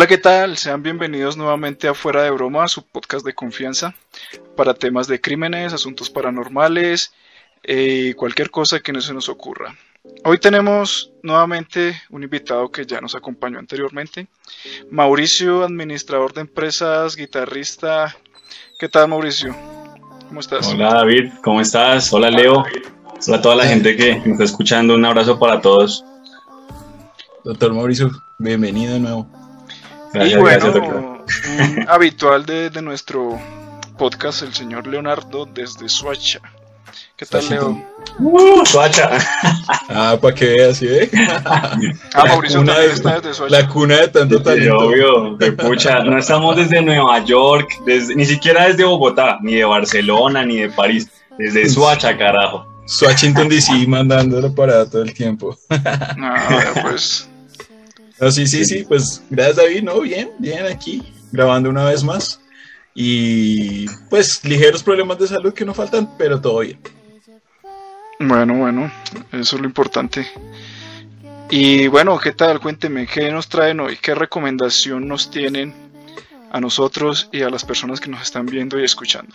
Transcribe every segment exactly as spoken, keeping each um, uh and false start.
¿qué tal? Sean bienvenidos nuevamente a Fuera de Broma, su podcast de confianza para temas de crímenes, asuntos paranormales y eh, cualquier cosa que no se nos ocurra. Hoy tenemos nuevamente un invitado que ya nos acompañó anteriormente, Mauricio, administrador de empresas, guitarrista. ¿Qué tal, Mauricio? ¿Cómo estás? Hola, David, ¿cómo estás? Hola, Leo. Hola a toda la gente que me está escuchando. Un abrazo para todos. Doctor Mauricio, bienvenido de nuevo. Gracias, y bueno, gracias, un habitual de, de nuestro podcast, el señor Leonardo desde Soacha. ¿Qué tal, Leo? Uh, Soacha. Ah, para que veas, ¿sí ve? Ah, Mauricio también de, está desde Soacha. La cuna de tanto talento. Sí, obvio, de pucha. No estamos desde Nueva York, desde, ni siquiera desde Bogotá, ni de Barcelona, ni de París. Desde Soacha, carajo. Washington D C mandándolo para todo el tiempo. Ah, pues... No, sí, sí, sí, pues gracias, David, no, bien, bien aquí, grabando una vez más. Y pues ligeros problemas de salud que no faltan, pero todo bien. Bueno, bueno, eso es lo importante. Y bueno, ¿qué tal? Cuénteme, ¿qué nos traen hoy? ¿Qué recomendación nos tienen a nosotros y a las personas que nos están viendo y escuchando?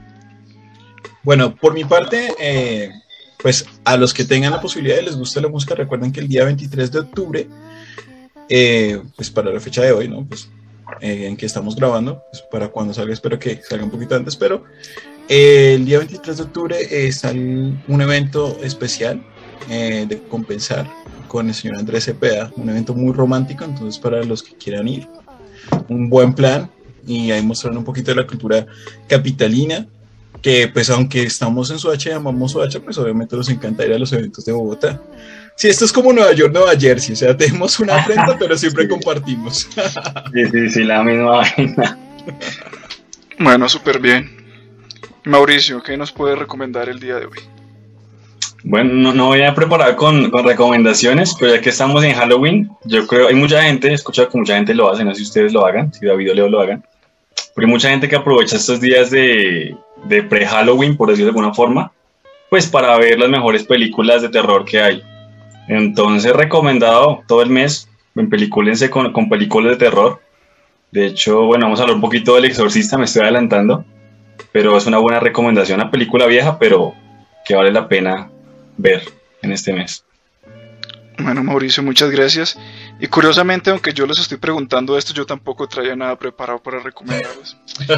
Bueno, por mi parte, eh, pues a los que tengan la posibilidad y les guste la música, recuerden que el día veintitrés de octubre, eh, pues para la fecha de hoy, ¿no? Pues eh, en que estamos grabando, pues para cuando salga, espero que salga un poquito antes, pero eh, el día veintitrés de octubre eh, sale un evento especial eh, de compensar con el señor Andrés Cepeda, un evento muy romántico, entonces para los que quieran ir, un buen plan, y ahí mostrar un poquito de la cultura capitalina, que pues aunque estamos en Soacha y amamos Soacha, pues obviamente nos encanta ir a los eventos de Bogotá. Sí, esto es como Nueva York, Nueva Jersey, o sea, tenemos una afrenta, pero siempre compartimos. Sí, sí, sí, la misma vaina. Bueno, súper bien. Mauricio, ¿qué nos puede recomendar el día de hoy? Bueno, no, no voy a preparar con, con recomendaciones, pero ya que estamos en Halloween, yo creo, hay mucha gente, he escuchado que mucha gente lo hace, no sé si ustedes lo hagan, si David o Leo lo hagan, porque hay mucha gente que aprovecha estos días de, de pre-Halloween, por decirlo de alguna forma, pues para ver las mejores películas de terror que hay. Entonces, recomendado todo el mes, en pelicúlense con, con películas de terror. De hecho, bueno, vamos a hablar un poquito del Exorcista, me estoy adelantando, pero es una buena recomendación, una película vieja, pero que vale la pena ver en este mes. Bueno, Mauricio, muchas gracias. Y curiosamente, aunque yo les estoy preguntando esto, yo tampoco traía nada preparado para recomendarles.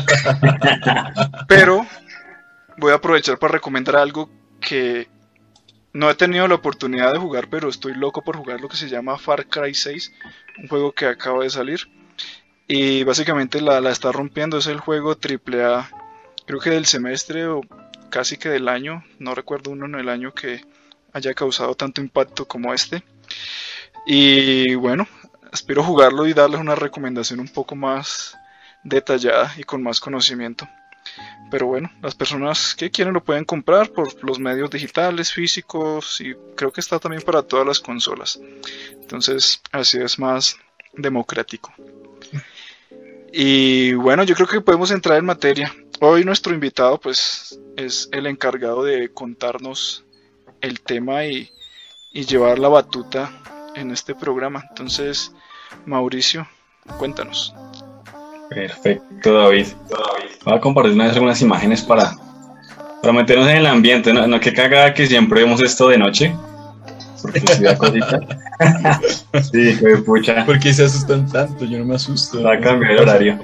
Pero voy a aprovechar para recomendar algo que no he tenido la oportunidad de jugar, pero estoy loco por jugar, lo que se llama Far Cry seis, un juego que acaba de salir. Y básicamente la, la está rompiendo, es el juego triple A, creo que del semestre o casi que del año, no recuerdo uno en el año que haya causado tanto impacto como este. Y bueno, espero jugarlo y darles una recomendación un poco más detallada y con más conocimiento. Pero bueno, las personas que quieren lo pueden comprar por los medios digitales, físicos, y creo que está también para todas las consolas. Entonces, así es más democrático. Y bueno, yo creo que podemos entrar en materia. Hoy nuestro invitado pues es el encargado de contarnos el tema y, y llevar la batuta en este programa. Entonces, Mauricio, cuéntanos. Perfecto, David. Voy a compartir una vez algunas imágenes para, para meternos en el ambiente. No, no que cagada que siempre vemos esto de noche. Porque si da cosita. Sí, fue pucha. ¿Por qué se asustan tanto? Yo no me asusto. Va a cambiar el horario.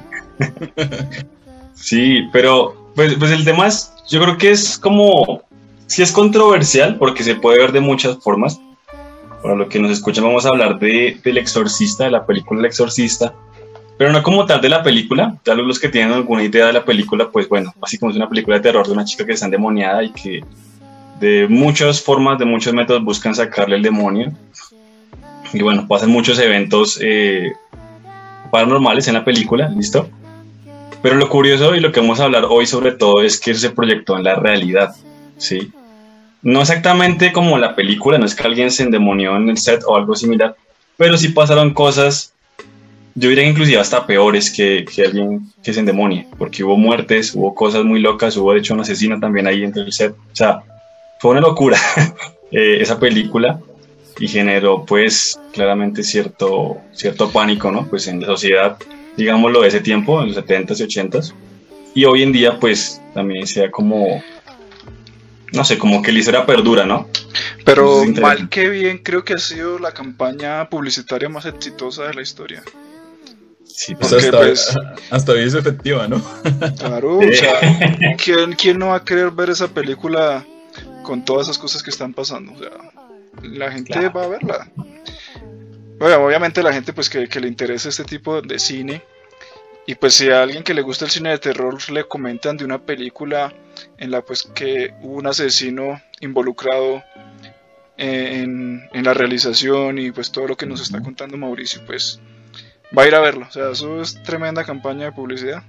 Sí, pero pues, pues el tema es, yo creo que es como, sí es controversial porque se puede ver de muchas formas. Para los que nos escuchan vamos a hablar de, del Exorcista, de la película El Exorcista, pero no como tal de la película. Tal vez los que tienen alguna idea de la película, pues bueno, así como es una película de terror de una chica que está endemoniada y que de muchas formas, de muchos métodos buscan sacarle el demonio. Y bueno, pasan muchos eventos eh, paranormales en la película, ¿listo? Pero lo curioso y lo que vamos a hablar hoy sobre todo es que eso se proyectó en la realidad, ¿sí? No exactamente como la película, no es que alguien se endemonió en el set o algo similar, pero sí pasaron cosas, yo diría que inclusive hasta peores que, que alguien que se endemonie, porque hubo muertes, hubo cosas muy locas, hubo de hecho un asesino también ahí dentro del set, o sea, fue una locura eh, esa película. y generó pues claramente cierto, cierto pánico, ¿no? Pues en la sociedad, digámoslo, de ese tiempo, en los setentas y ochentas, y hoy en día pues también sea como, no sé, como que la historia perdura, ¿no? Pero mal que bien, creo que ha sido la campaña publicitaria más exitosa de la historia. Sí, pues hasta, pues, hasta hoy es efectiva, ¿no? Claro, o sea, ¿quién, ¿quién no va a querer ver esa película con todas esas cosas que están pasando? O sea, la gente claro. va a verla. Bueno, obviamente la gente pues que, que le interesa este tipo de cine, y pues si a alguien que le gusta el cine de terror le comentan de una película en la pues que hubo un asesino involucrado en, en la realización y pues todo lo que nos está contando Mauricio, pues va a ir a verlo. O sea, eso es tremenda campaña de publicidad.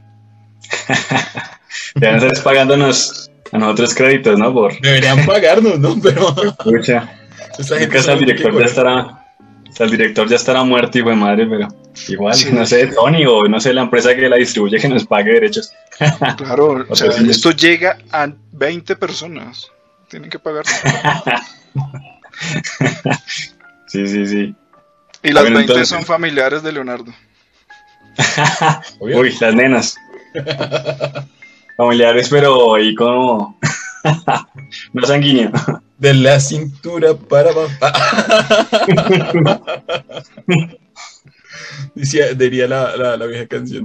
Ya no estás pagándonos a nosotros créditos, ¿no? Por... Deberían pagarnos, ¿no? Pero... Escucha, el director ya estará, el director ya estará muerto, hijo de madre, pero igual, sí, no sé, Tony o no sé, la empresa que la distribuye que nos pague derechos. Claro, o sea, esto llega a veinte personas. Tienen que pagar. Sí, sí, sí. Y las bueno, veinte entonces... son familiares de Leonardo. Uy, las nenas. Familiares, pero ahí como... no sanguíneo. De la cintura para abajo. Decía, diría la, la, la vieja canción.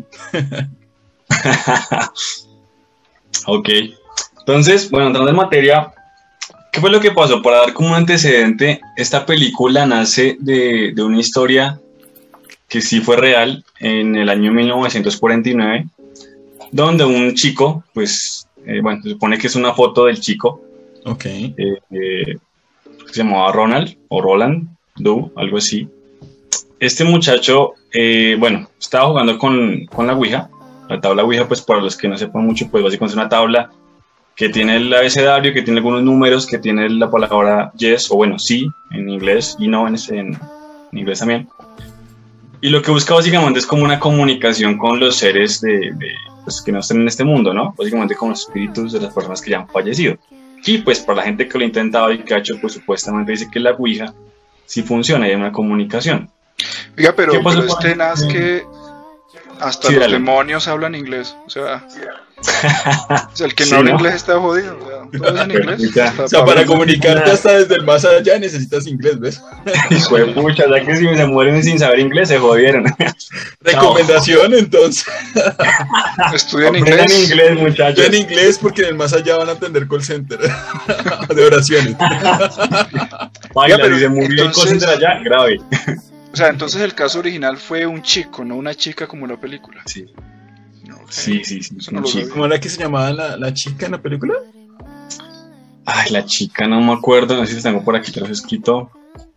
Ok. Entonces, bueno, entrando en materia, ¿qué fue lo que pasó? Para dar como un antecedente, esta película nace de, de una historia que sí fue real en el año mil novecientos cuarenta y nueve, donde un chico, pues, eh, bueno, se supone que es una foto del chico, okay. eh, eh, se llamaba Ronald, o Roland Doe, algo así. Este muchacho, eh, bueno, estaba jugando con, con la Ouija. La tabla Ouija, pues para los que no sepan mucho, pues básicamente es una tabla que tiene el abecedario, que tiene algunos números, que tiene la palabra yes, o bueno, sí, en inglés, y no en, en, en inglés también. Y lo que busca básicamente es como una comunicación con los seres de, de pues, que no están en este mundo, ¿no? Básicamente con los espíritus de las personas que ya han fallecido. Y pues para la gente que lo ha intentado y que ha hecho, pues supuestamente dice que la Ouija sí funciona y hay una comunicación. Oiga, pero, pero es tenaz que hasta sí, los dale. demonios hablan inglés, o sea... O sea, el que no sí, habla ¿no? inglés está jodido. O sea, todo es en inglés. O sea, para comunicarte hasta desde el más allá necesitas inglés, ¿ves? Hijo de pucha, ya que si se mueren sin saber inglés se jodieron. Recomendación, no. Entonces. Estudian inglés. en inglés, muchachos. Estudian inglés porque en el más allá van a atender call center de oraciones. Baila, pero, si se murió el call center allá, grave. O sea, entonces el caso original fue un chico, no una chica como la película. Sí. Sí, sí, sí. No ¿Cómo era que se llamaba la, la chica en la película? Ay, la chica, no me acuerdo. No sé si tengo por aquí, te lo he escrito.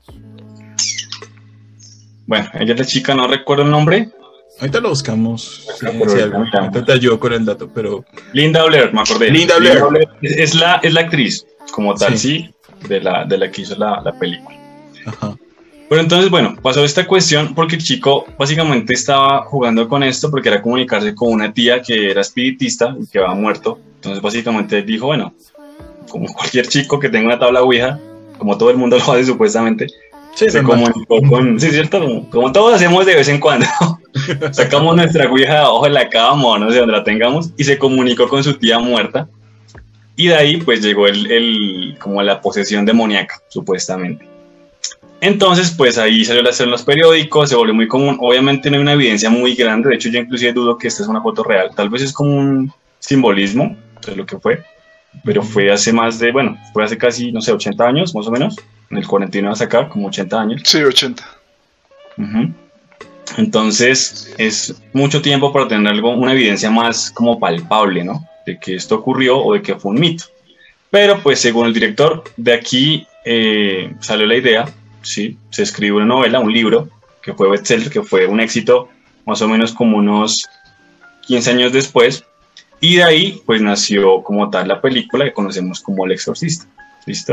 Bueno, ella es la chica, no recuerdo el nombre. Ahorita lo buscamos. Sí, sí, ahorita te ayudo con el dato, pero. Linda Blair, me acordé. Linda Blair. Linda Blair. Es, es, la, es la actriz, como tal, sí, sí de, la, de la que hizo la, la película. Ajá. Pero entonces, bueno, pasó esta cuestión porque el chico básicamente estaba jugando con esto porque era comunicarse con una tía que era espiritista y que había muerto. Entonces, básicamente él dijo, bueno, como cualquier chico que tenga una tabla Ouija, como todo el mundo lo hace supuestamente, sí, se comunicó con... Sí, cierto, como, como todos hacemos de vez en cuando. Sacamos nuestra Ouija de abajo de la cama o no sé dónde la tengamos y se comunicó con su tía muerta. Y de ahí, pues, llegó el, el como la posesión demoníaca, supuestamente. Entonces, pues ahí salió a hacer en los periódicos, se volvió muy común. Obviamente no hay una evidencia muy grande, de hecho yo inclusive dudo que esta es una foto real. Tal vez es como un simbolismo de lo que fue, pero fue hace más de, bueno, fue hace casi, no sé, ochenta años más o menos. En el cuarenta y nueve a sacar, como ochenta años. Sí, ochenta. Uh-huh. Entonces, es mucho tiempo para tener algo, una evidencia más como palpable, ¿no? De que esto ocurrió o de que fue un mito. Pero pues según el director, de aquí eh, salió la idea. Sí, se escribió una novela, un libro, que fue bestseller, que fue un éxito más o menos como unos quince años después, y de ahí pues nació como tal la película que conocemos como El Exorcista. ¿Listo?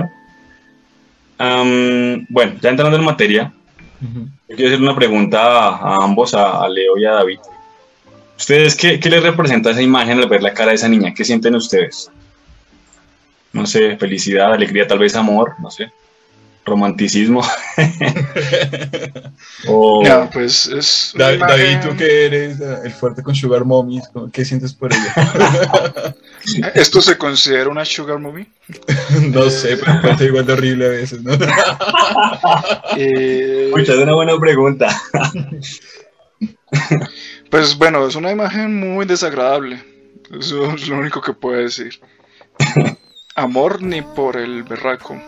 Um, bueno, ya entrando en materia, uh-huh. Yo quiero hacer una pregunta a, a ambos, a, a Leo y a David. ¿Ustedes qué, qué les representa esa imagen al ver la cara de esa niña? ¿Qué sienten ustedes? No sé, felicidad, alegría, tal vez amor, no sé. romanticismo. o... Ya, pues es una David, David, imagen- tú que eres eh, el fuerte con Sugar Mommy, ¿qué sientes por ella? ¿Esto se considera una sugar movie? No sé, pero puede ser igual de horrible a veces, ¿no? Eh, Uy, esa es una buena pregunta. pues bueno, es una imagen muy desagradable. Eso es lo único que puedo decir. Amor ni por el berraco.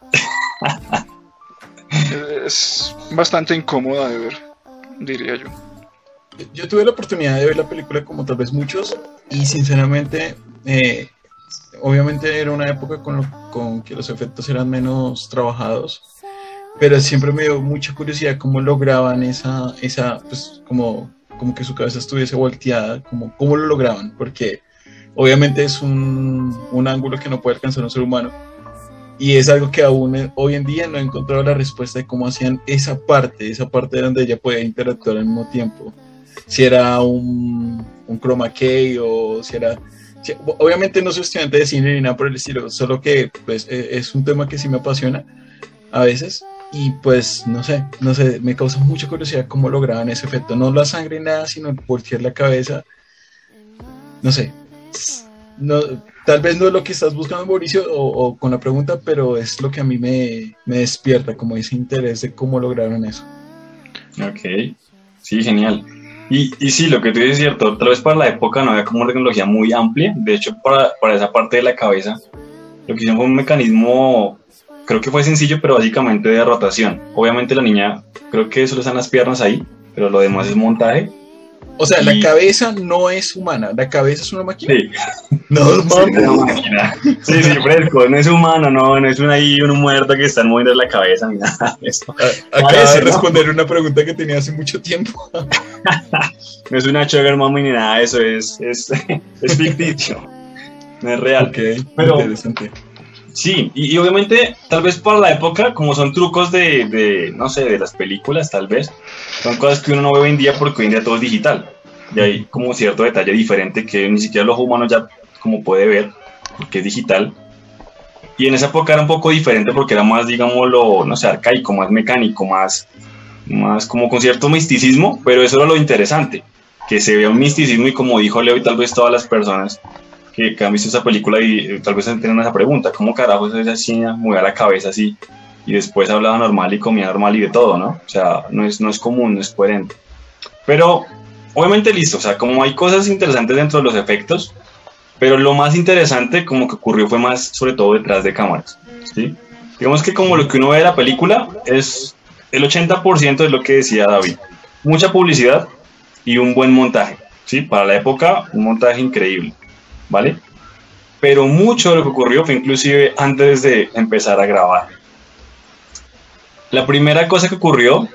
Es bastante incómoda de ver, diría yo. Yo tuve la oportunidad de ver la película como tal vez muchos y sinceramente, eh, obviamente era una época con, lo- con que los efectos eran menos trabajados, pero siempre me dio mucha curiosidad cómo lograban esa, esa pues como, como que su cabeza estuviese volteada, como, cómo lo lograban, porque obviamente es un, un ángulo que no puede alcanzar un ser humano. Y es algo que aún eh, hoy en día no he encontrado la respuesta de cómo hacían esa parte, esa parte donde ella podía interactuar al mismo tiempo. Si era un, un chroma key o si era... si- obviamente no soy estudiante de cine ni nada por el estilo, solo que pues, eh, es un tema que sí me apasiona a veces. Y pues no sé, no sé, me causa mucha curiosidad cómo lograban ese efecto. No la sangre ni nada, sino voltear la cabeza. No sé. No, tal vez no es lo que estás buscando, Mauricio, o, o con la pregunta, pero es lo que a mí me, me despierta, como ese interés de cómo lograron eso. Ok, sí, genial. Y, y sí, lo que tú dices es cierto, tal vez para la época no había como una tecnología muy amplia, de hecho para, para esa parte de la cabeza, lo que hicieron fue un mecanismo, creo que fue sencillo, pero básicamente de rotación. Obviamente la niña, creo que solo están las piernas ahí, pero lo demás es montaje. O sea, Y- la cabeza no es humana, la cabeza es una máquina. Sí, No, sí, es una mames. máquina. Sí, sí, fresco, no es humano, no, no es un ahí un muerto que están moviendo la cabeza ni nada de eso. A- Acaba Parece, de ¿no? responder una pregunta que tenía hace mucho tiempo. No es una sugar mommy ni nada de eso, es, es, es ficticio, no es real. Ok, Pero- interesante. Sí, y, y obviamente, tal vez para la época, como son trucos de, de, no sé, de las películas, tal vez, son cosas que uno no ve hoy en día porque hoy en día todo es digital. Y hay como cierto detalle diferente que ni siquiera el ojo humano ya como puede ver, porque es digital. Y en esa época era un poco diferente porque era más, digámoslo, no sé, arcaico, más mecánico, más, más como con cierto misticismo, pero eso era lo interesante, que se vea un misticismo y como dijo Leo y tal vez todas las personas que, que han visto esa película y eh, tal vez tienen esa pregunta, ¿cómo carajos esa china movía la cabeza así y después hablaba normal y comía normal y de todo, ¿no? O sea, no es, no es común, no es coherente. Pero, obviamente listo, o sea, como hay cosas interesantes dentro de los efectos, pero lo más interesante como que ocurrió fue más sobre todo detrás de cámaras, ¿sí? Digamos que como lo que uno ve de la película es el ochenta por ciento de lo que decía David. Mucha publicidad y un buen montaje, ¿sí? Para la época, un montaje increíble, ¿vale? Pero mucho de lo que ocurrió fue inclusive antes de empezar a grabar. La primera cosa que ocurrió,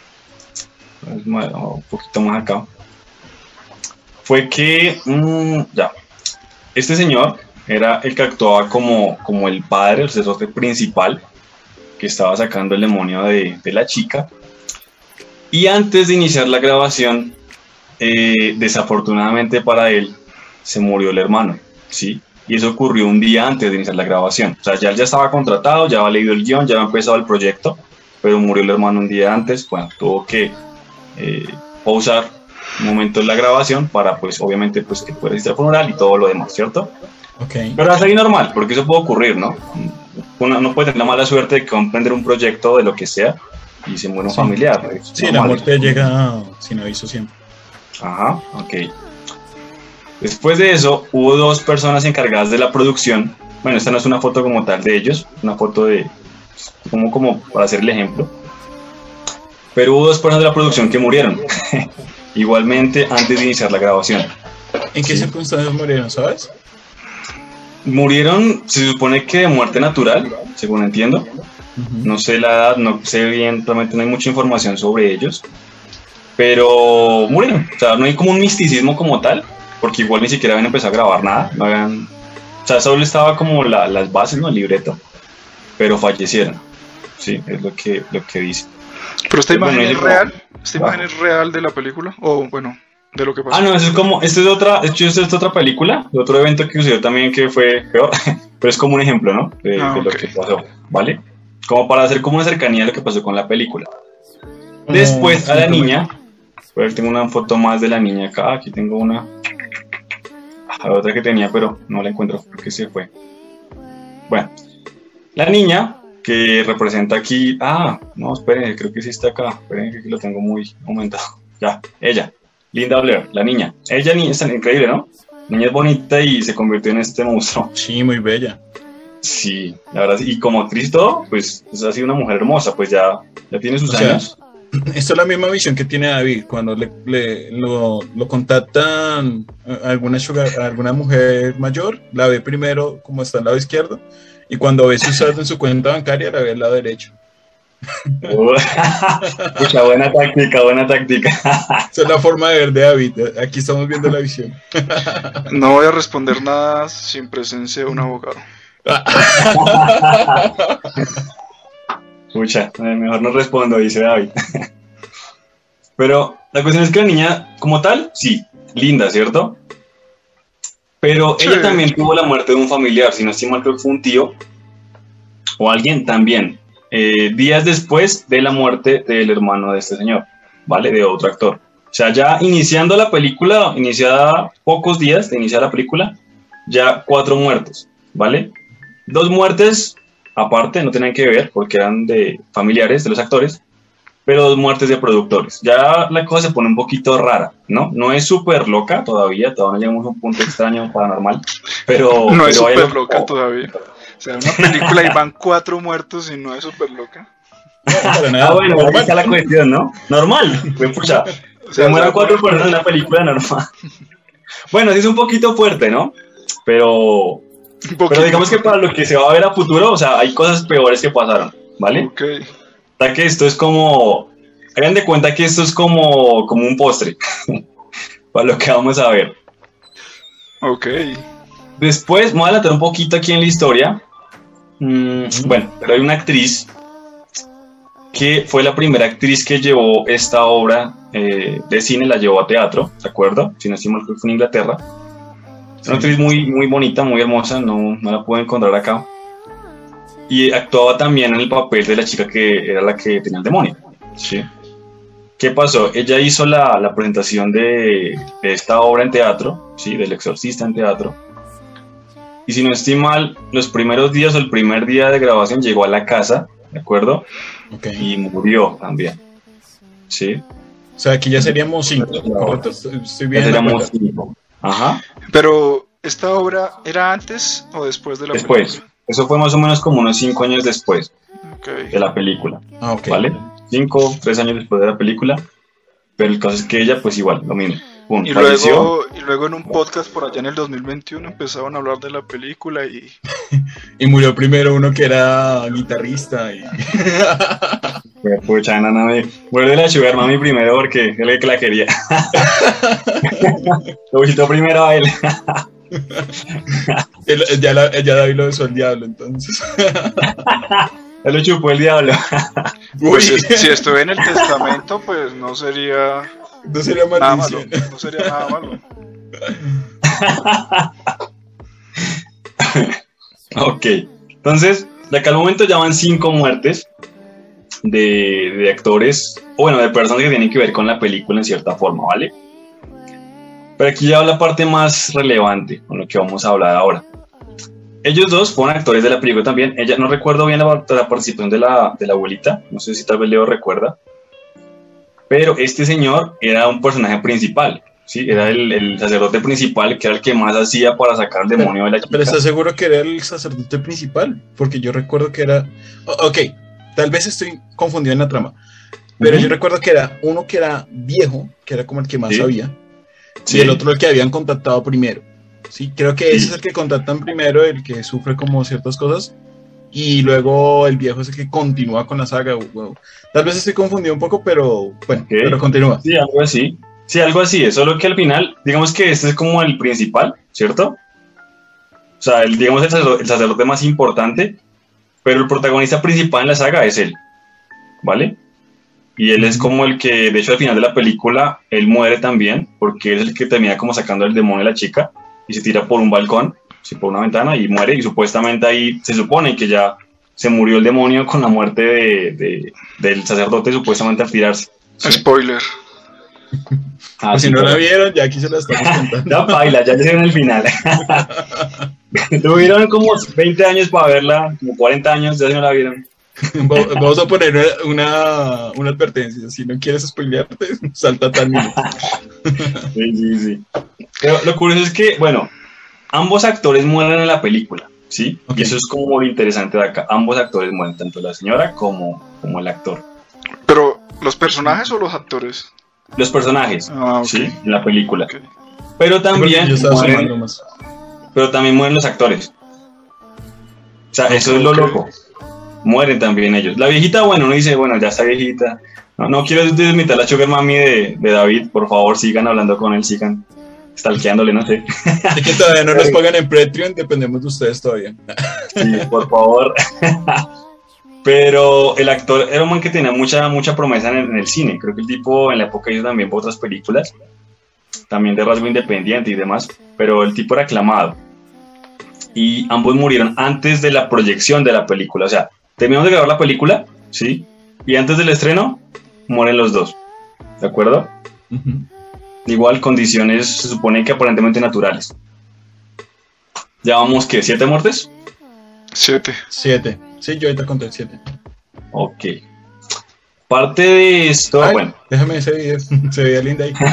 un poquito más acá, fue que, mmm, ya, este señor era el que actuaba como, como el padre, el sacerdote principal, que estaba sacando el demonio de, de la chica. Y antes de iniciar la grabación, eh, desafortunadamente para él, se murió el hermano, ¿sí? Y eso ocurrió un día antes de iniciar la grabación. O sea, ya él ya estaba contratado, ya había leído el guión, ya había empezado el proyecto, pero murió el hermano un día antes. Bueno, tuvo que eh, pausar un momento en la grabación para, pues, obviamente, pues, que pueda asistir al funeral y todo lo demás, ¿cierto? Ok. Pero es ahí normal, porque eso puede ocurrir, ¿no? Uno no puede tener la mala suerte de que va a emprender un proyecto de lo que sea y se muere un Sí. familiar. Es Sí, la normal. muerte llega sin aviso siempre. Ajá, ok. Después de eso, hubo dos personas encargadas de la producción. Bueno, esta no es una foto como tal de ellos, una foto de, como, como para hacer el ejemplo. Pero hubo dos personas de la producción que murieron, igualmente antes de iniciar la grabación. ¿En qué Sí. circunstancias murieron, sabes? Murieron, se supone que de muerte natural, según entiendo. Ujú. No sé la edad, no sé bien, realmente no hay mucha información sobre ellos. Pero murieron, o sea, no hay como un misticismo como tal, porque igual ni siquiera habían empezado a grabar nada, no habían, o sea, solo estaba como la, las bases, ¿no? El libreto, pero fallecieron, sí, es lo que, lo que dice. Pero esta Bueno, imagen ese es como- real. Esta Ah. imagen es real de la película. O bueno, de lo que pasó. Ah, no, eso es como, esto es de otra, de hecho, esto es de otra película, de otro evento que sucedió también que fue peor, pero es como un ejemplo, ¿no? De, Ah, de lo ok. que pasó, ¿vale? como para hacer como una cercanía a lo que pasó con la película. Después a la niña, a ver, tengo una foto más de la niña acá, aquí tengo una, la otra que tenía, pero no la encuentro, porque se fue. Bueno, la niña que representa aquí, ah, no, esperen, creo que sí está acá, esperen que aquí lo tengo muy aumentado, ya, ella, Linda Blair, la niña, ella ni es tan increíble, ¿no? La niña es bonita y se convirtió en este monstruo. Sí, muy bella. Sí, la verdad, y como actriz todo, pues, pues ha sido una mujer hermosa, pues ya, ya tiene sus O sea, años. esto es la misma visión que tiene David cuando le, le- lo, lo contactan a alguna, sugar- a alguna mujer mayor, la ve primero como está al lado izquierdo y cuando ve su saldo en su cuenta bancaria la ve al lado derecho. Pucha, buena táctica, buena táctica. Esa es la forma de ver de David. Aquí estamos viendo la visión. No voy a responder nada sin presencia de un abogado. Pucha, eh, mejor no respondo, dice David. Pero la cuestión es que la niña, como tal, sí, linda, ¿cierto? Pero Sí. ella también tuvo la muerte de un familiar, si no estoy mal, creo que fue un tío o alguien también, eh, días después de la muerte del hermano de este señor, ¿vale? De otro actor. O sea, ya iniciando la película, iniciada pocos días de iniciar la película, ya cuatro muertes, ¿vale? Dos muertes aparte, no tenían que ver porque eran de familiares de los actores, pero dos muertes de productores. Ya la cosa se pone un poquito rara, ¿no? No es súper loca todavía, todavía no llegamos a un punto extraño, paranormal, pero... No es pero hay súper algo- loca todavía. O sea, una película y van cuatro muertos y no es súper loca. Para Ah, nada. bueno, ahí está la cuestión, ¿no? Normal, pues, pucha, O se sea, mueran se cuatro mueren- personas en la película normal. Bueno, sí es un poquito fuerte, ¿no? Pero... Un Pero poquito. digamos que para lo que se va a ver a futuro, o sea, hay cosas peores que pasaron, ¿vale? Ok. O sea que esto es como, hagan de cuenta que esto es como, como un postre, para lo que vamos a ver. Ok. Después, me voy a adelantar un poquito aquí en la historia. Mm, bueno, pero hay una actriz que fue la primera actriz que llevó esta obra eh, de cine, la llevó a teatro, ¿de acuerdo? Si no estoy mal, creo que fue en Inglaterra. Es una actriz muy, muy bonita, muy hermosa, no, no la puedo encontrar acá. Y actuaba también en el papel de la chica que era la que tenía el demonio. ¿Sí? ¿Qué pasó? Ella hizo la, la presentación de, de esta obra en teatro, ¿sí? Del Exorcista en teatro. Y si no estoy mal, los primeros días o el primer día de grabación llegó a la casa, ¿de acuerdo? Ok. Y murió también. ¿Sí? O sea, aquí ya seríamos cinco, ¿correcto? Estoy estoy bien. Ya de teníamos acuerdo. cinco. Ajá. Pero, ¿esta obra era antes o después de la Después. película? Eso fue más o menos como unos cinco años después Ok. de la película. Ah, ok. ¿Vale? Cinco, tres años después de la película. Pero el caso es que ella, pues igual, lo mismo. Pum, Y falleció. luego, y luego en un podcast por allá en el dos mil veintiuno empezaron a hablar de la película y... Y murió primero uno que era guitarrista. Y... Pues, pucha, no, no, me... Vuelve la Sugar Mami primero porque es el que la quería. Lo visitó primero a él. Él- ya, la- ya David lo besó al diablo, entonces. Él lo chupó el diablo. Pues Uy, es- si estuve en el testamento, pues no sería no sería nada malo. maldición. No sería nada malo. Ok. Entonces, de acá al momento ya van cinco muertes de, de actores, o bueno, de personas que tienen que ver con la película en cierta forma, ¿vale? Pero aquí ya va la parte más relevante con lo que vamos a hablar ahora. Ellos dos fueron actores de la película también. Ella, no recuerdo bien la, la participación de la, de la abuelita, no sé si tal vez Leo recuerda. Pero este señor era un personaje principal, ¿sí? Era el, el sacerdote principal, que era el que más hacía para sacar el demonio de la chica. Pero ¿estás seguro que era el sacerdote principal? Porque yo recuerdo que era... O- ok, tal vez estoy confundido en la trama. Pero Ujú. yo recuerdo que era uno que era viejo, que era como el que más Sí. sabía. Sí. Y el otro el que habían contactado primero. Sí, creo que ese Sí. es el que contactan primero, el que sufre como ciertas cosas. Y luego el viejo es el que continúa con la saga. Wow. Tal vez estoy confundido un poco, pero bueno, Ok. pero continúa. Sí, algo así. Sí, algo así. Es solo que al final, digamos que este es como el principal, ¿cierto? O sea, el, digamos el sacerdote, el sacerdote más importante, pero el protagonista principal en la saga es él, ¿vale? Y él es como el que, de hecho, al final de la película, él muere también, porque él es el que termina como sacando el demonio de la chica y se tira por un balcón, sí, por una ventana y muere, y supuestamente ahí se supone que ya se murió el demonio con la muerte de, de, del sacerdote supuestamente al tirarse. ¿Sí? Spoiler. Ah, pues sí, si no pero... la vieron, ya aquí se la estamos contando. Ya baila, ya hicieron el final. Tuvieron como veinte años para verla, como cuarenta años, ya no la vieron. Vamos a poner una, una advertencia. Si no quieres spoilearte, salta tan minuto. Sí, sí, sí. Pero lo curioso es que, bueno, ambos actores mueren en la película, ¿sí? Okay. Y eso es como lo interesante de acá. Ambos actores mueren, tanto la señora como, como el actor. ¿Pero los personajes o los actores? Los personajes, ah, okay. ¿Sí? En la película. Okay. Pero también mueren, pero también mueren los actores. O sea, okay, eso es lo okay. loco. Mueren también ellos. La viejita, bueno, uno dice, bueno, ya está viejita. No, no quiero desmitar la sugar mami de, de David. Por favor, sigan hablando con él, sigan stalkeándole, no sé. Es que todavía no nos pagan en Patreon, dependemos de ustedes todavía. Sí, por favor. Pero el actor era un man que tenía mucha, mucha promesa en el, en el cine. Creo que el tipo en la época hizo también otras películas, también de rasgo independiente y demás, pero el tipo era aclamado. Y ambos murieron antes de la proyección de la película. O sea, terminamos de grabar la película, ¿sí? Y antes del estreno, mueren los dos. ¿De acuerdo? Uh-huh. Igual, condiciones, se supone que aparentemente naturales. ¿Ya vamos, qué? ¿Siete muertes? Siete. Siete. Sí, yo ahorita conté siete. Ok. Parte de esto... Ay, bueno. Déjame ese video. Se veía linda ahí.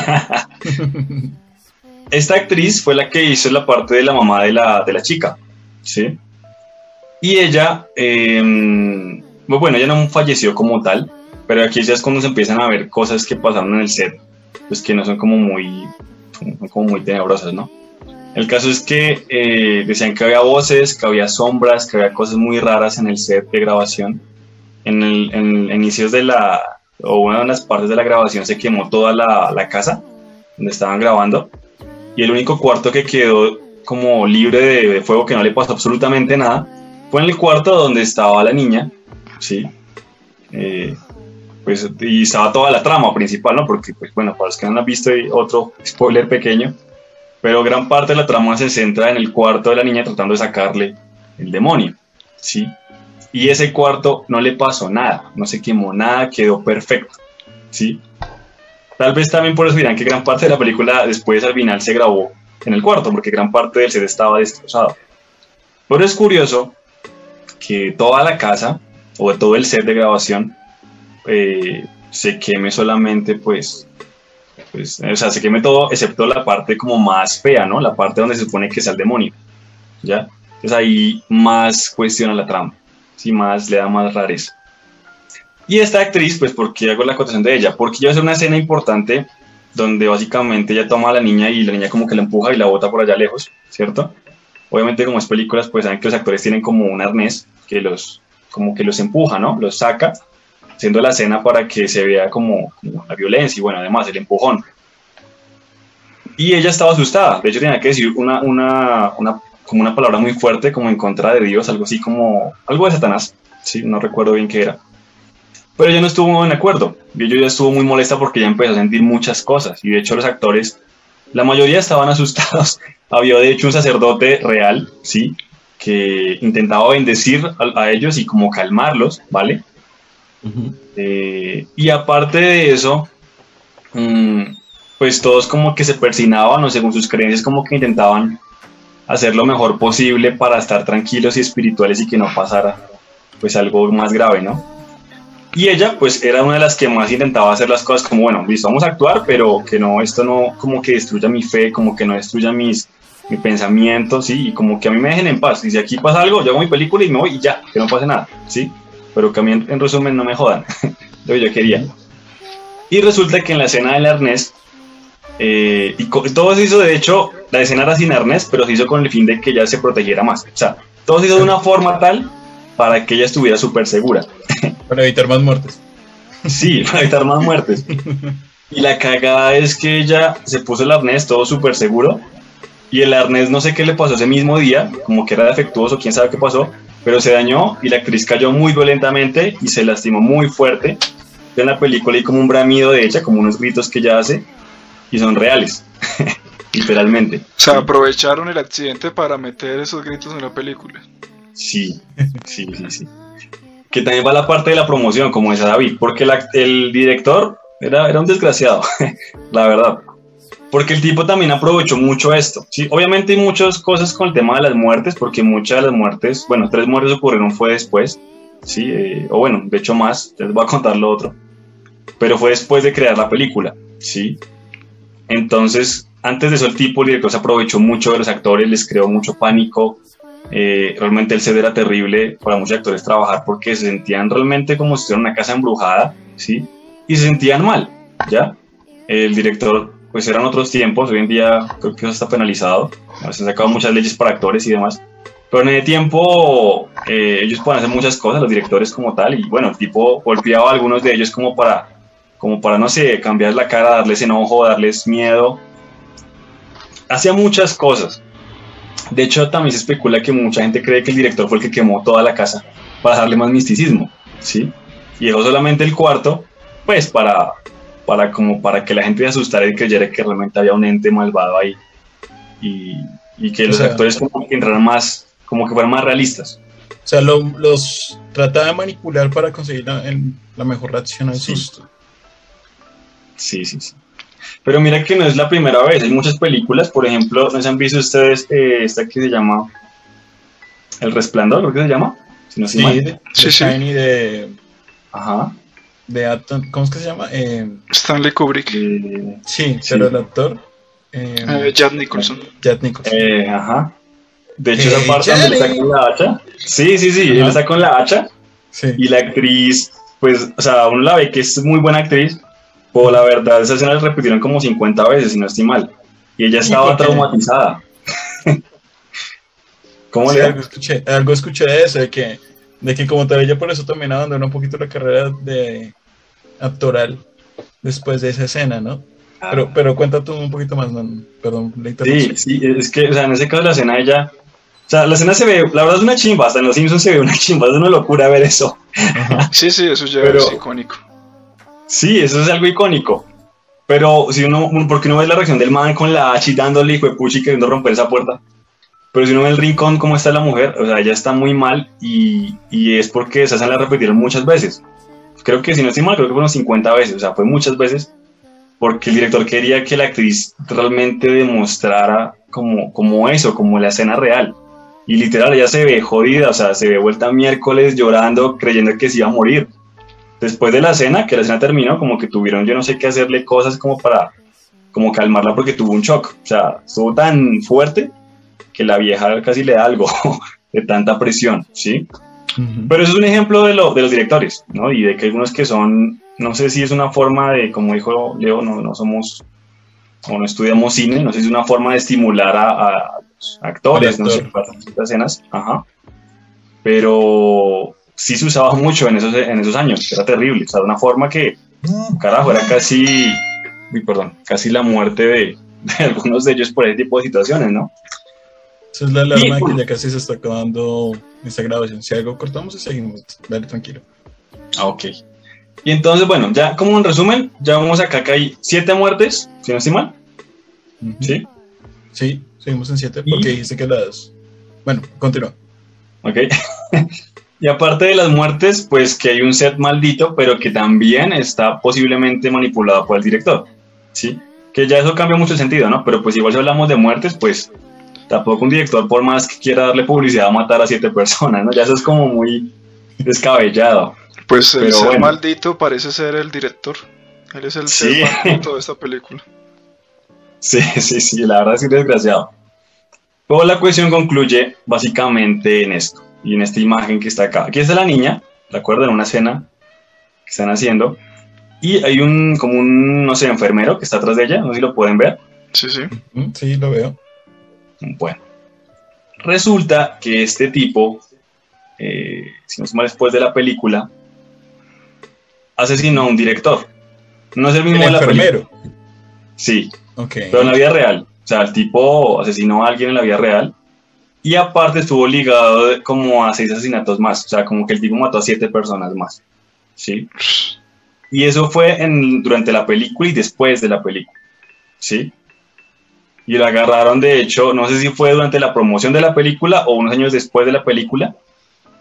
Esta actriz fue la que hizo la parte de la mamá de la, de la chica, ¿sí? Y ella, eh, bueno, ella no falleció como tal, pero aquí ya es cuando se empiezan a ver cosas que pasaron en el set, pues que no son como muy, como muy tenebrosas, ¿no? El caso es que eh, decían que había voces, que había sombras, que había cosas muy raras en el set de grabación. En el en inicios de la, o una de las partes de la grabación se quemó toda la, la casa donde estaban grabando. Y el único cuarto que quedó como libre de, de fuego, que no le pasó absolutamente nada, fue en el cuarto donde estaba la niña, ¿sí? Eh, pues, y estaba toda la trama principal, ¿no? Porque, pues, bueno, para los que no han visto, hay otro spoiler pequeño, pero gran parte de la trama se centra en el cuarto de la niña tratando de sacarle el demonio, ¿sí? Y ese cuarto no le pasó nada, no se quemó nada, quedó perfecto, ¿sí? Tal vez también por eso dirán que gran parte de la película después al final se grabó en el cuarto, porque gran parte del set estaba destrozado. Pero es curioso que toda la casa, o todo el set de grabación, eh, se queme solamente, pues, pues, o sea, se queme todo, excepto la parte como más fea, ¿no? La parte donde se supone que es el demonio, ¿ya? Entonces ahí más cuestiona la trama, ¿sí? Más le da más rareza. Y esta actriz, pues, ¿por qué hago la acotación de ella? Porque ella hace una escena importante donde básicamente ella toma a la niña y la niña como que la empuja y la bota por allá lejos, ¿cierto? Obviamente, como es películas, pues saben que los actores tienen como un arnés que los, como que los empuja, ¿no? Los saca, haciendo la escena para que se vea como, como la violencia y, bueno, además el empujón. Y ella estaba asustada, de hecho tenía que decir una, una, una, como una palabra muy fuerte, como en contra de Dios, algo así como, algo de Satanás, sí, no recuerdo bien qué era. Pero ella no estuvo en acuerdo, y ella ya estuvo muy molesta porque ya empezó a sentir muchas cosas, y de hecho los actores, la mayoría estaban asustados. Había de hecho un sacerdote real, sí, que intentaba bendecir a, a ellos y como calmarlos, ¿vale? Uh-huh. Eh, y aparte de eso, mmm, pues todos como que se persinaban, o según sus creencias como que intentaban hacer lo mejor posible para estar tranquilos y espirituales y que no pasara pues algo más grave, ¿no? Y ella, pues, era una de las que más intentaba hacer las cosas como, bueno, listo, vamos a actuar, pero que no, esto no como que destruya mi fe, como que no destruya mis, mi pensamiento, ¿sí? Y como que a mí me dejen en paz. Y si aquí pasa algo, yo hago mi película y me voy y ya, que no pase nada, ¿sí? Pero que a mí, en, en resumen, no me jodan. Lo que yo quería. Y resulta que en la escena del arnés, eh, y co- todo se hizo, de hecho, la escena era sin arnés, pero se hizo con el fin de que ella se protegiera más. O sea, todo se hizo de una forma tal para que ella estuviera súper segura. Para evitar más muertes. Sí, para evitar más muertes. Y la cagada es que ella se puso el arnés todo súper seguro. Y el arnés no sé qué le pasó ese mismo día, como que era defectuoso, quién sabe qué pasó, pero se dañó y la actriz cayó muy violentamente y se lastimó muy fuerte. En la película hay como un bramido de ella, como unos gritos que ella hace, y son reales, literalmente. O sea, sí. Aprovecharon el accidente para meter esos gritos en la película. Sí, sí, sí, sí. que también va la parte de la promoción, como decía David, porque la, el director era, era un desgraciado, la verdad. Porque el tipo también aprovechó mucho esto, ¿sí? Obviamente hay muchas cosas con el tema de las muertes, porque muchas de las muertes, bueno, tres muertes ocurrieron fue después, ¿sí? Eh, o bueno, de hecho más, les voy a contar lo otro. Pero fue después de crear la película, ¿sí? Entonces, antes de eso el tipo, el director, se aprovechó mucho de los actores, les creó mucho pánico. Eh, realmente el set era terrible para muchos actores trabajar porque se sentían realmente como si fuera una casa embrujada, ¿sí? Y se sentían mal, ¿ya? El director, pues eran otros tiempos, hoy en día creo que eso está penalizado, se han sacado muchas leyes para actores y demás, pero en ese tiempo eh, ellos pueden hacer muchas cosas, los directores como tal, y bueno, el tipo golpeaba a algunos de ellos como para, como para, no sé, cambiar la cara, darles enojo, darles miedo, hacía muchas cosas. De hecho, también se especula que mucha gente cree que el director fue el que quemó toda la casa para darle más misticismo, ¿sí? Y dejó solamente el cuarto, pues, para, para, como para que la gente se asustara y creyera que realmente había un ente malvado ahí. Y, y que O los sea, actores como que entraran más, como que fueran más realistas. O sea, lo- los trataba de manipular para conseguir la, el- la mejor reacción al Sí. susto. Sí, sí, sí. Pero mira que no es la primera vez, hay muchas películas, por ejemplo, ¿no se han visto ustedes eh, esta que se llama El Resplandor, creo que se llama? Si no estoy Sí, mal. de, de Sí, sí. Shiny, de, Ajá. de Upton- ¿cómo es que se llama? Eh, Stanley Kubrick, Eh, sí, Sí. pero el actor, eh, eh, Jack Nicholson. Jack Nicholson. eh, ajá. De hecho, Eh, esa parte donde él Johnny. está con la hacha. Sí, sí, sí, él Ajá. está con la hacha Sí. y la actriz, pues, o sea, uno la ve que es muy buena actriz, pero la verdad, esa escena la repitieron como cincuenta veces, si no estoy mal. Y ella estaba porque- traumatizada. ¿Cómo Sí, le algo escuché, algo escuché de eso, de que, de que como tal ella por eso también abandonó un poquito la carrera de actoral después de esa escena, ¿no? Pero, pero cuenta tú un poquito más, no, perdón, la Sí, interrupción. sí, es que, o sea, en ese caso la escena ella, o sea, la escena se ve, la verdad es una chimba, hasta en Los Simpsons se ve una chimba, es una locura ver eso. Ajá. Sí, sí, eso ya Pero- es icónico. Sí, eso es algo icónico. Pero si uno, porque uno ve la reacción del man con la hacha y dándole hijo de puchi queriendo romper esa puerta. Pero si uno ve el rincón, cómo está la mujer, o sea, ella está muy mal y, y es porque esa escena la repitieron muchas veces. Creo que si no estoy mal, creo que fueron cincuenta veces, o sea, fue muchas veces porque el director quería que la actriz realmente demostrara como, como eso, como la escena real. Y literal, ella se ve jodida, o sea, se ve vuelta miércoles llorando, creyendo que se iba a morir. Después de la cena, que la cena terminó, como que tuvieron yo no sé qué hacerle cosas como para como calmarla porque tuvo un shock. O sea, estuvo tan fuerte que la vieja casi le da algo de tanta presión, ¿sí? Ujú. Pero eso es un ejemplo de, lo, de los directores, ¿no? Y de que hay algunos que son, no sé si es una forma de, como dijo Leo, no, no somos, o no estudiamos cine, no sé si es una forma de estimular a, a los actores, Al no sé, actor. para hacer estas escenas, ajá. Pero sí se usaba mucho en esos, en esos años, era terrible, o sea, de una forma que, carajo, era casi, uy, perdón, casi la muerte de, de algunos de ellos por ese tipo de situaciones, ¿no? Esa es la alarma Sí. que ya casi se está acabando esta grabación. Si algo cortamos y seguimos. Dale, tranquilo. Ah, ok. Y entonces, bueno, ya como un resumen, ya vamos acá que hay siete muertes, si no estoy mal, Ujú. ¿sí? Sí, seguimos en siete Y- porque dijiste que las... Bueno, continúa. Ok. Y aparte de las muertes, pues que hay un set maldito, pero que también está posiblemente manipulado por el director, ¿sí? Que ya eso cambia mucho el sentido, ¿no? Pero pues igual si hablamos de muertes, pues tampoco un director, por más que quiera darle publicidad, a matar a siete personas, ¿no? Ya eso es como muy descabellado. Pues el Pero ser bueno. maldito parece ser el director. Él es el Sí. ser maldito de esta película. Sí, sí, sí, la verdad es que es desgraciado. Pero la cuestión concluye básicamente en esto, y en esta imagen que está acá. Aquí está la niña, ¿de acuerdo? En una escena que están haciendo, y hay un, como un, no sé, enfermero que está atrás de ella, no sé si lo pueden ver. Sí, sí. Ujú, sí, lo veo. Bueno, resulta que este tipo, eh, si no es mal después de la película, asesinó a un director. No es el mismo El de la película. enfermero. Sí, Ok. pero en la vida real. O sea, el tipo asesinó a alguien en la vida real y aparte estuvo ligado de- como a seis asesinatos más. O sea, como que el tipo mató a siete personas más. ¿Sí? Y eso fue en, durante la película y después de la película. ¿Sí? Y lo agarraron, de hecho, no sé si fue durante la promoción de la película o unos años después de la película.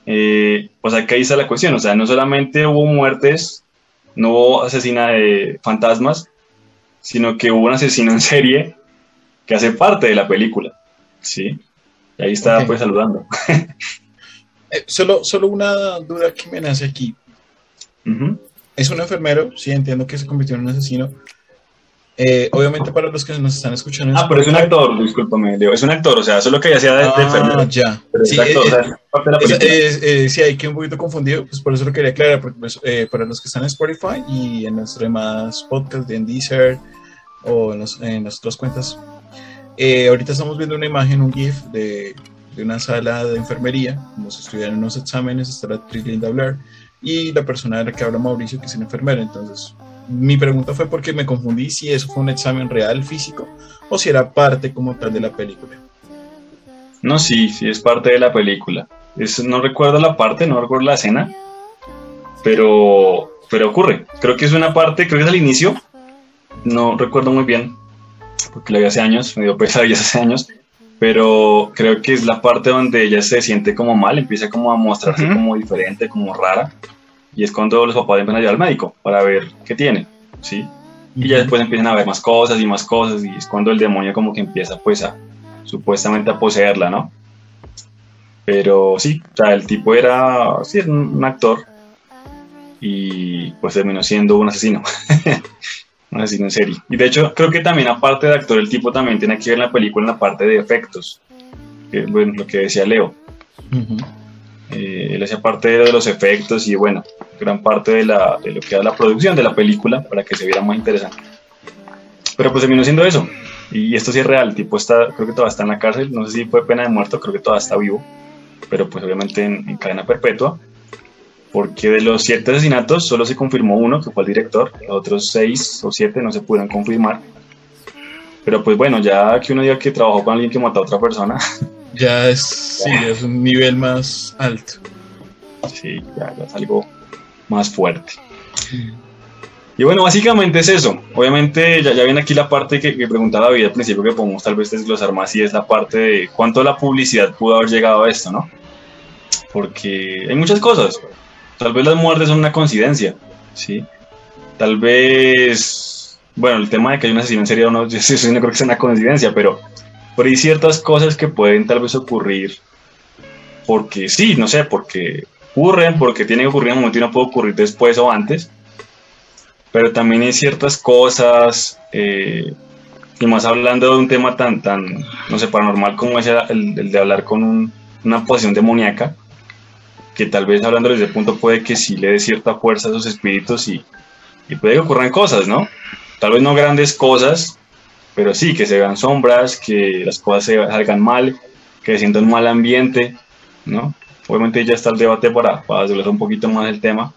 eh, pues acá ahí está la cuestión, o sea, no solamente hubo muertes, no hubo asesina de fantasmas, sino que hubo un asesino en serie que hace parte de la película, ¿sí? Y ahí está, okay, pues saludando. eh, solo, solo una duda que me nace aquí. Uh-huh. Es un enfermero, sí, entiendo que se convirtió en un asesino. Eh, obviamente para los que nos están escuchando... Ah, pero es un actor, discúlpame, Leo, es un actor, o sea, solo que ya sea de, ah, de enfermero. Ya. Pero sí, es actor, eh, o sea, es parte de la película. Es, eh, sí, hay que un poquito confundido, pues por eso lo quería aclarar, porque pues, eh, para los que están en Spotify y en nuestros demás podcasts de Deezer o en, los, en las otras cuentas, eh, ahorita estamos viendo una imagen, un GIF de, de una sala de enfermería, como se estudian unos exámenes, está la actriz Linda Blair y la persona de la que habla Mauricio, que es una enfermera. Entonces mi pregunta fue porque me confundí si eso fue un examen real físico o si era parte como tal de la película. No, sí, sí es parte de la película. Es, no recuerdo la parte, no recuerdo la escena, pero, pero ocurre. Creo que es una parte, creo que es al inicio, no recuerdo muy bien, porque la vi hace años, me dio pesadillas hace años, pero creo que es la parte donde ella se siente como mal, empieza como a mostrarse uh-huh. como diferente, como rara, y es cuando los papás empiezan a llevar al médico para ver qué tiene, ¿sí? Y ya después empiezan a ver más cosas y más cosas, y es cuando el demonio como que empieza pues a, supuestamente a poseerla, ¿no? Pero sí, o sea, el tipo era, sí, es un, un actor, y pues terminó siendo un asesino, un asesino en serie. Y de hecho, creo que también aparte de actor, el tipo también tiene que ver en la película en la parte de efectos, que es bueno, lo que decía Leo. Uh-huh. Eh, él hacía parte de los efectos y bueno, gran parte de, la, de lo que era la producción de la película para que se viera más interesante. Pero pues terminó siendo eso. Y esto sí es real, el tipo está, creo que todavía está en la cárcel, no sé si fue pena de muerto, creo que todavía está vivo, pero pues obviamente en, en cadena perpetua, porque de los siete asesinatos solo se confirmó uno, que fue el director, los otros seis o siete no se pudieron confirmar. Pero pues bueno, ya que uno diga que trabajó con alguien que mató a otra persona... Ya es, sí, ya es un nivel más alto. Sí, ya, ya es algo más fuerte. Mm. Y bueno, básicamente es eso. Obviamente ya, ya viene aquí la parte que, que preguntaba David al principio, que podemos tal vez desglosar más, y es la parte de cuánto la publicidad pudo haber llegado a esto, ¿no? Porque hay muchas cosas. Tal vez las muertes son una coincidencia, ¿sí? Tal vez, bueno, el tema de que hay un asesino en serie no, yo, yo no creo que sea una coincidencia, pero... Pero hay ciertas cosas que pueden tal vez ocurrir porque sí, no sé, porque ocurren, porque tienen que ocurrir en un momento y no puede ocurrir después o antes. Pero también hay ciertas cosas, eh, y más hablando de un tema tan, tan no sé, paranormal como es el, el de hablar con un, una posesión demoníaca, que tal vez hablando desde el punto puede que sí le dé cierta fuerza a esos espíritus y, y puede que ocurran cosas, ¿no? Tal vez no grandes cosas, pero sí, que se vean sombras, que las cosas se salgan mal, que se sienta un mal ambiente, ¿no? Obviamente ya está el debate para, para desglosar un poquito más el tema,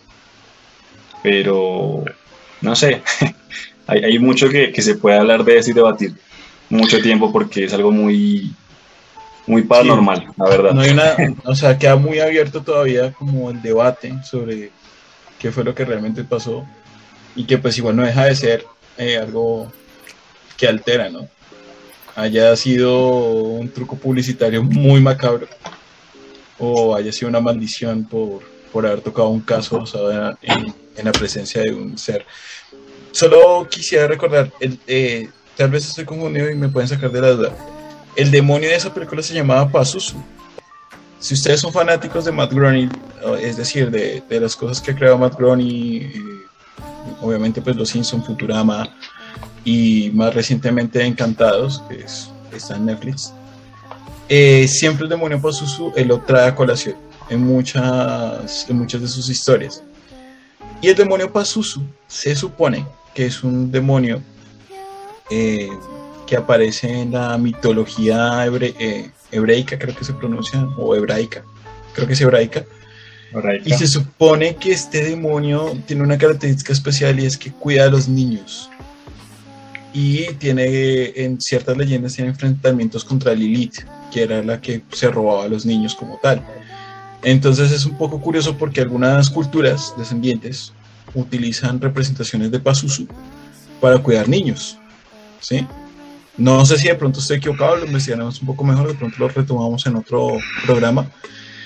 pero no sé, hay, hay mucho que, que se puede hablar de eso y debatir mucho tiempo porque es algo muy, muy paranormal, sí, la verdad. No hay una, o sea, queda muy abierto todavía como el debate sobre qué fue lo que realmente pasó y que pues igual no deja de ser eh, algo... que altera, ¿no? Haya sido un truco publicitario muy macabro o haya sido una maldición por, por haber tocado un caso basado en, en la presencia de un ser. Solo quisiera recordar, el, eh, tal vez estoy confundido y me pueden sacar de la duda. El demonio de esa película se llamaba Pazuzu. Si ustedes son fanáticos de Matt Groening, es decir, de, de las cosas que ha creado Matt Groening, eh, obviamente pues Los Simpsons, Futurama, y más recientemente Encantados, que es, está en Netflix, eh, siempre el demonio Pazuzu él lo trae a colación en muchas, en muchas de sus historias. Y el demonio Pazuzu se supone que es un demonio eh, que aparece en la mitología hebre, eh, hebreica, creo que se pronuncia, o hebraica, creo que es hebraica. Hebraica. Y se supone que este demonio tiene una característica especial y es que cuida a los niños. Y tiene, en ciertas leyendas, tiene enfrentamientos contra Lilith, que era la que se robaba a los niños como tal. Entonces es un poco curioso porque algunas culturas descendientes utilizan representaciones de Pazuzu para cuidar niños, ¿sí? No sé si de pronto estoy equivocado, lo investigaremos un poco mejor, de pronto lo retomamos en otro programa.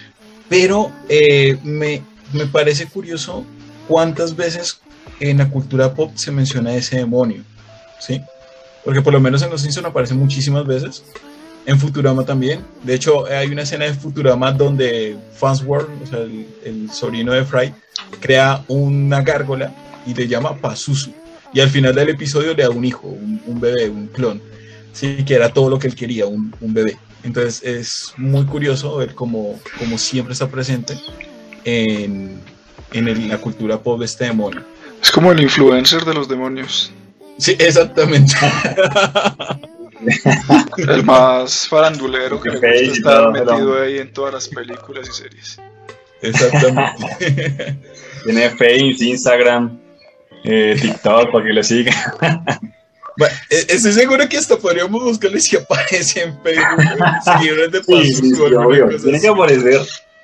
Pero eh, me, me parece curioso cuántas veces en la cultura pop se menciona ese demonio, ¿sí? Porque por lo menos en Los Simpsons aparece muchísimas veces, en Futurama también. De hecho, hay una escena de Futurama donde Farnsworth, o sea, el, el sobrino de Fry, crea una gárgola y le llama Pazuzu. Y al final del episodio le da un hijo, un, un bebé, un clon, ¿sí? Que era todo lo que él quería, un, un bebé. Entonces es muy curioso ver cómo, cómo siempre está presente en, en el, la cultura pop este demonio. Es como el influencer de los demonios. Sí, exactamente. El más farandulero que le gusta Face y estar todo, metido pero- ahí en todas las películas y series. Exactamente. Tiene Face, Instagram, eh, TikTok para que lo sigan. Bueno, eh, estoy seguro que hasta podríamos buscarle si aparece en Facebook. Seguidores de Sí, Pazuzu sí, sí, o alguna obvio. cosa Tiene así. que aparecer.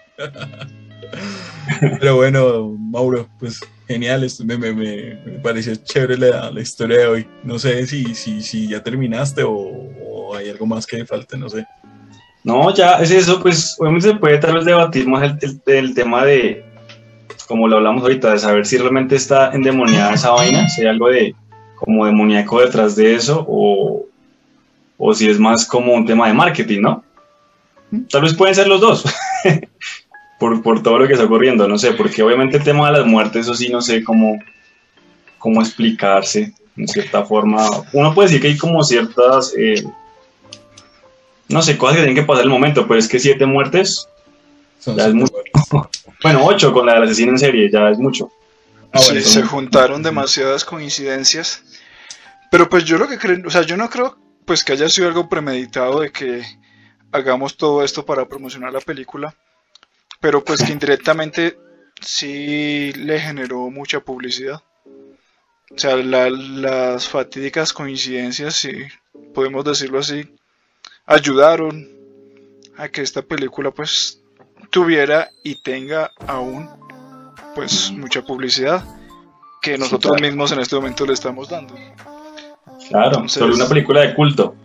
Pero bueno, Mauro, pues genial, esto me, me, me, me pareció chévere la, la historia de hoy. No sé si, si, si ya terminaste o, o hay algo más que falte, no sé. No, ya es eso, pues obviamente se puede tal vez debatir más el, el, el tema de, como lo hablamos ahorita, de saber si realmente está endemoniada esa vaina, si hay algo de como demoníaco detrás de eso, o, o si es más como un tema de marketing, ¿no? Tal vez pueden ser los dos, por, por todo lo que está ocurriendo, no sé, porque obviamente el tema de las muertes, eso sí, no sé cómo, cómo explicarse, en cierta forma. Uno puede decir que hay como ciertas... Eh, no sé, cosas que tienen que pasar en el momento, pero es que siete muertes, Son ya es mucho. Bueno, ocho con la del asesino en serie, ya es mucho. Ah, Sí, bueno, se son- juntaron demasiadas coincidencias. Pero pues yo lo que creo, o sea, yo no creo pues que haya sido algo premeditado de que hagamos todo esto para promocionar la película, pero pues que indirectamente sí le generó mucha publicidad. O sea, la- las fatídicas coincidencias, si podemos decirlo así, ayudaron a que esta película pues tuviera y tenga aún pues mucha publicidad que nosotros claro. mismos en este momento le estamos dando. Claro, Entonces- sobre una película de culto.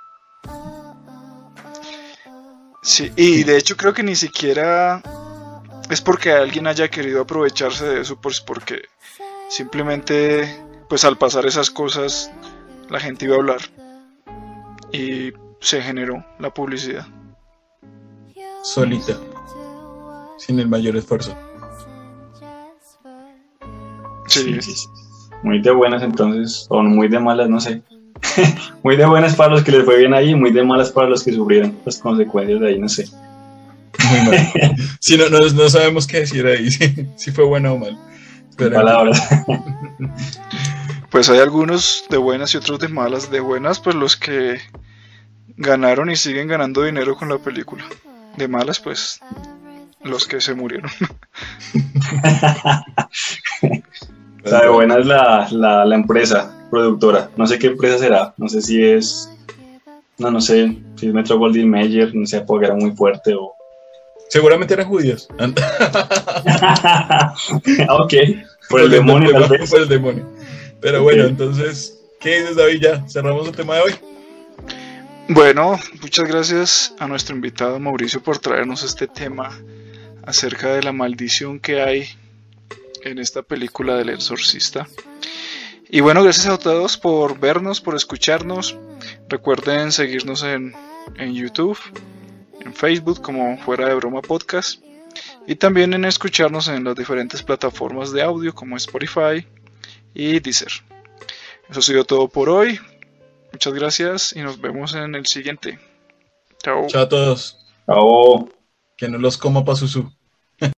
Sí, y de hecho creo que ni siquiera es porque alguien haya querido aprovecharse de eso, pues porque simplemente pues al pasar esas cosas la gente iba a hablar y se generó la publicidad. solita, sin el mayor esfuerzo. Sí, Sí, sí, sí. Muy de buenas entonces, o muy de malas, no sé. Muy de buenas para los que les fue bien ahí, y muy de malas para los que sufrieron las consecuencias de ahí, no sé. Muy mal. Sí, no, no, no sabemos qué decir ahí, si, si fue bueno o mal. Pero, Palabras. pues hay algunos de buenas y otros de malas. De buenas pues los que ganaron y siguen ganando dinero con la película. De malas pues los que se murieron. O sea, de buena es la, la, la empresa productora. No sé qué empresa será. No sé si es. No, no sé. Si es Metro Goldwyn Mayer. No sé, porque era muy fuerte o. Seguramente eran judíos. Ah, ok. Por el demonio, tal vez. Por el demonio. Pero Ok. bueno, entonces, ¿qué dices, David? Ya cerramos el tema de hoy. Bueno, muchas gracias a nuestro invitado Mauricio por traernos este tema acerca de la maldición que hay en esta película del Exorcista. Y bueno, gracias a todos por vernos, por escucharnos. Recuerden seguirnos en, en YouTube, en Facebook como Fuera de Broma Podcast, y también en escucharnos en las diferentes plataformas de audio como Spotify y Deezer. Eso ha sido todo por hoy. Muchas gracias y nos vemos en el siguiente. Chao. Chao a todos. Chao. Que no los coma Pazuzu.